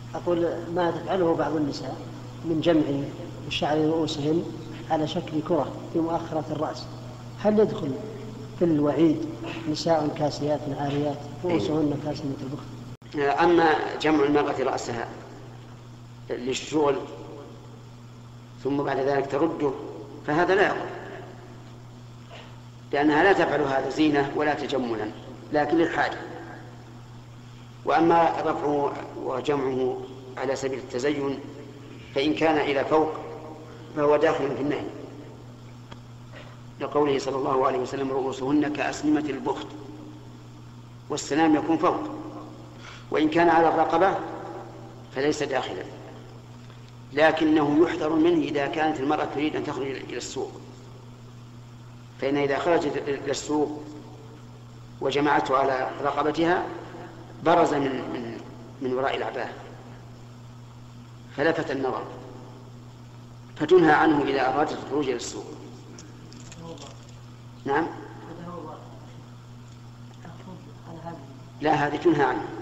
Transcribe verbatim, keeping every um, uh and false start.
أقول ما تفعله بعض النساء من جمع شعر رؤوسهن على شكل كرة في مؤخرة الرأس، هل يدخل في الوعيد نساء كاسيات عاريات رؤوسهن كاسية البخت؟ أما جمع المرأة رأسها للشغل ثم بعد ذلك ترده فهذا لا يقع، لأنها لا تفعل هذا زينة ولا تجملا لكن للحاجة. وأما رفعه وجمعه على سبيل التزين فإن كان إلى فوق فهو داخل في النهي، لقوله صلى الله عليه وسلم رؤوسهن كأسنمة البخت، والسنام يكون فوق، وإن كان على الرقبة فليس داخلا، لكنه يحذر منه إذا كانت المرأة تريد أن تخرج إلى السوق، فإن إذا خرجت إلى السوق وجمعته على رقبتها برز من, من, من وراء العباءة فلفت النظر، فتنهى عنه إذا أرادت الخروج إلى السوق. نعم، لا هذه تنهى عنه.